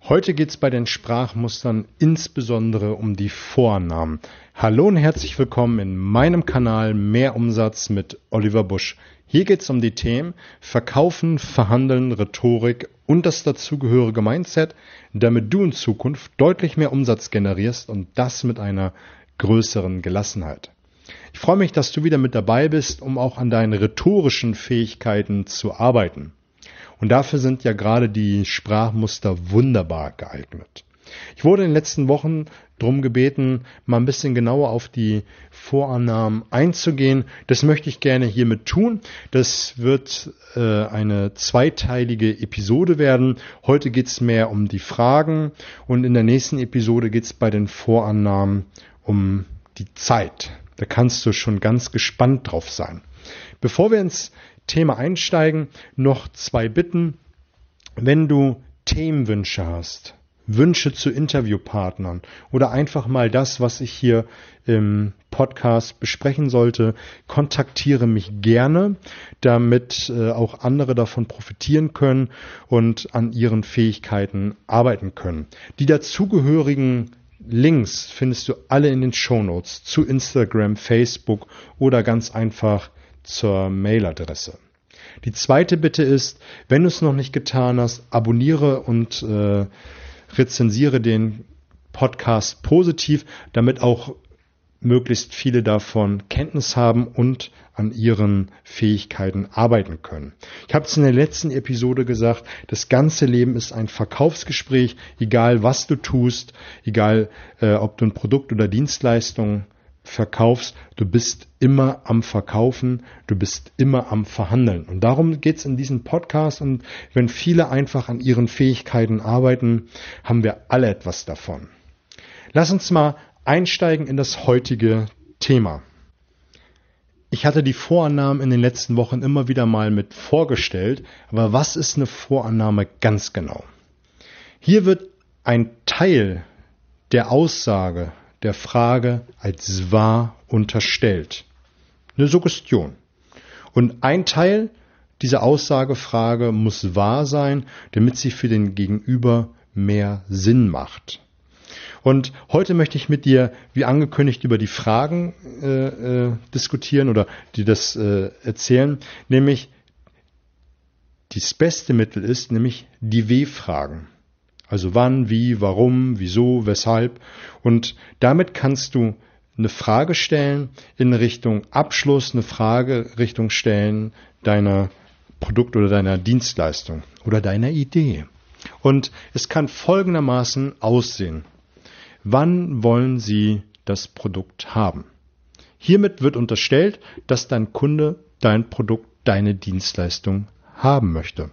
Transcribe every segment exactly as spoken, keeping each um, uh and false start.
Heute geht es bei den Sprachmustern insbesondere um die Vorannahmen. Hallo und herzlich willkommen in meinem Kanal Mehr Umsatz mit Oliver Busch. Hier geht es um die Themen Verkaufen, Verhandeln, Rhetorik und das dazugehörige Mindset, damit du in Zukunft deutlich mehr Umsatz generierst und das mit einer größeren Gelassenheit. Ich freue mich, dass du wieder mit dabei bist, um auch an deinen rhetorischen Fähigkeiten zu arbeiten. Und dafür sind ja gerade die Sprachmuster wunderbar geeignet. Ich wurde in den letzten Wochen darum gebeten, mal ein bisschen genauer auf die Vorannahmen einzugehen. Das möchte ich gerne hiermit tun. Das wird äh, eine zweiteilige Episode werden. Heute geht es mehr um die Fragen und in der nächsten Episode geht es bei den Vorannahmen um die Zeit. Da kannst du schon ganz gespannt drauf sein. Bevor wir ins Thema einsteigen, noch zwei Bitten. Wenn du Themenwünsche hast, Wünsche zu Interviewpartnern oder einfach mal das, was ich hier im Podcast besprechen sollte, kontaktiere mich gerne, damit äh, auch andere davon profitieren können und an ihren Fähigkeiten arbeiten können. Die dazugehörigen Links findest du alle in den Shownotes zu Instagram, Facebook oder ganz einfach zur Mailadresse. Die zweite Bitte ist, wenn du es noch nicht getan hast, abonniere und äh, rezensiere den Podcast positiv, damit auch möglichst viele davon Kenntnis haben und an ihren Fähigkeiten arbeiten können. Ich habe es in der letzten Episode gesagt, das ganze Leben ist ein Verkaufsgespräch, egal was du tust, egal äh, ob du ein Produkt oder Dienstleistung verkaufst, du bist immer am Verkaufen, du bist immer am Verhandeln. Und darum geht es in diesem Podcast. Und wenn viele einfach an ihren Fähigkeiten arbeiten, haben wir alle etwas davon. Lass uns mal einsteigen in das heutige Thema. Ich hatte die Vorannahmen in den letzten Wochen immer wieder mal mit vorgestellt, aber was ist eine Vorannahme ganz genau? Hier wird ein Teil der Aussage, der Frage als wahr unterstellt. Eine Suggestion. Und ein Teil dieser Aussagefrage muss wahr sein, damit sie für den Gegenüber mehr Sinn macht. Und heute möchte ich mit dir, wie angekündigt, über die Fragen äh, äh, diskutieren oder die das äh, erzählen, nämlich das beste Mittel ist, nämlich die W-Fragen. Also wann, wie, warum, wieso, weshalb. Und damit kannst du eine Frage stellen in Richtung Abschluss, eine Frage Richtung stellen deiner Produkt- oder deiner Dienstleistung oder deiner Idee. Und es kann folgendermaßen aussehen. Wann wollen Sie das Produkt haben? Hiermit wird unterstellt, dass dein Kunde dein Produkt, deine Dienstleistung haben möchte.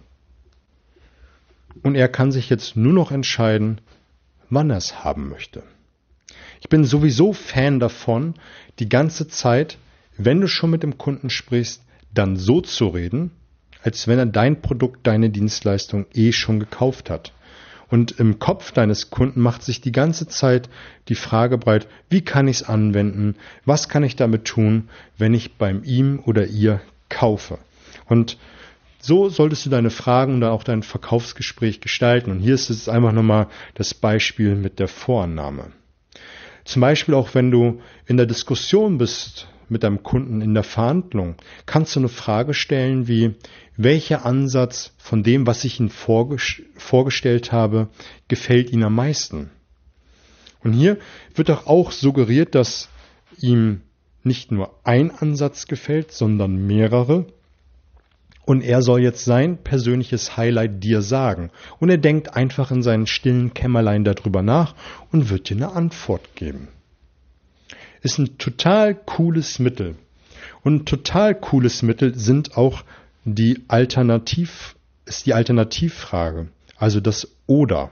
Und er kann sich jetzt nur noch entscheiden, wann er es haben möchte. Ich bin sowieso Fan davon, die ganze Zeit, wenn du schon mit dem Kunden sprichst, dann so zu reden, als wenn er dein Produkt, deine Dienstleistung eh schon gekauft hat. Und im Kopf deines Kunden macht sich die ganze Zeit die Frage breit, wie kann ich es anwenden, was kann ich damit tun, wenn ich beim ihm oder ihr kaufe. Und so solltest du deine Fragen oder auch dein Verkaufsgespräch gestalten. Und hier ist es einfach nochmal das Beispiel mit der Vorannahme. Zum Beispiel auch, wenn du in der Diskussion bist mit deinem Kunden in der Verhandlung, kannst du eine Frage stellen wie, welcher Ansatz von dem, was ich Ihnen vorges- vorgestellt habe, gefällt Ihnen am meisten? Und hier wird doch auch suggeriert, dass ihm nicht nur ein Ansatz gefällt, sondern mehrere. Und er soll jetzt sein persönliches Highlight dir sagen. Und er denkt einfach in seinen stillen Kämmerlein darüber nach und wird dir eine Antwort geben. Ist ein total cooles Mittel. Und ein total cooles Mittel sind auch die Alternativ, ist die Alternativfrage. Also das Oder.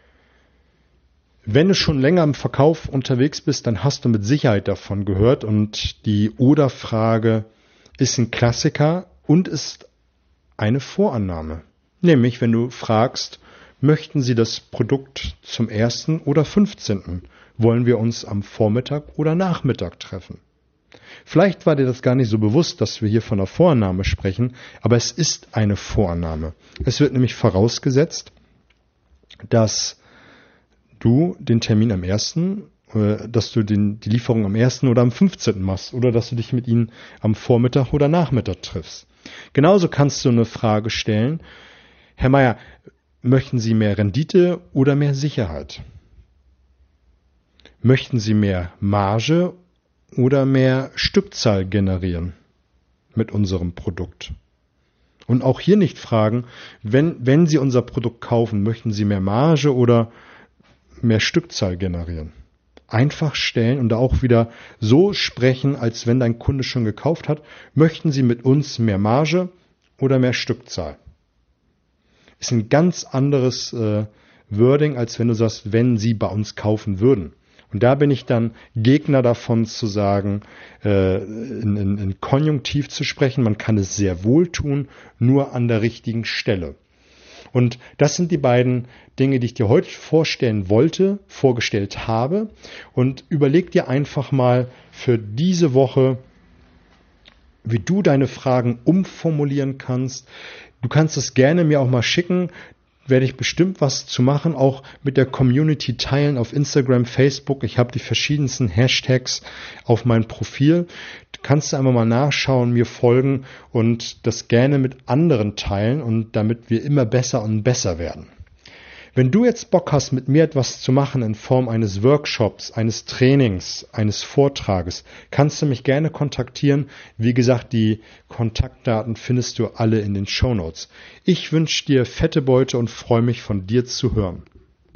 Wenn du schon länger im Verkauf unterwegs bist, dann hast du mit Sicherheit davon gehört. Und die Oder-Frage ist ein Klassiker und ist eine Vorannahme. Nämlich, wenn du fragst, möchten Sie das Produkt zum ersten oder fünfzehnten? Wollen wir uns am Vormittag oder Nachmittag treffen? Vielleicht war dir das gar nicht so bewusst, dass wir hier von einer Vorannahme sprechen, aber es ist eine Vorannahme. Es wird nämlich vorausgesetzt, dass du den Termin am ersten, äh, dass du den, die Lieferung am ersten oder am fünfzehnten machst oder dass du dich mit ihnen am Vormittag oder Nachmittag triffst. Genauso kannst du eine Frage stellen: Herr Meier, möchten Sie mehr Rendite oder mehr Sicherheit? Möchten Sie mehr Marge oder mehr Stückzahl generieren mit unserem Produkt? Und auch hier nicht fragen, wenn, wenn Sie unser Produkt kaufen, möchten Sie mehr Marge oder mehr Stückzahl generieren? Einfach stellen und auch wieder so sprechen, als wenn dein Kunde schon gekauft hat. Möchten Sie mit uns mehr Marge oder mehr Stückzahl? Ist ein ganz anderes äh, Wording, als wenn du sagst, wenn Sie bei uns kaufen würden. Und da bin ich dann Gegner davon zu sagen, äh, in, in, in Konjunktiv zu sprechen. Man kann es sehr wohl tun, nur an der richtigen Stelle. Und das sind die beiden Dinge, die ich dir heute vorstellen wollte, vorgestellt habe. Und überleg dir einfach mal für diese Woche, wie du deine Fragen umformulieren kannst. Du kannst es gerne mir auch mal schicken. Werde ich bestimmt was zu machen, auch mit der Community teilen auf Instagram, Facebook. Ich habe die verschiedensten Hashtags auf meinem Profil. Du kannst einfach mal nachschauen, mir folgen und das gerne mit anderen teilen, und damit wir immer besser und besser werden. Wenn du jetzt Bock hast, mit mir etwas zu machen in Form eines Workshops, eines Trainings, eines Vortrages, kannst du mich gerne kontaktieren. Wie gesagt, die Kontaktdaten findest du alle in den Shownotes. Ich wünsche dir fette Beute und freue mich, von dir zu hören.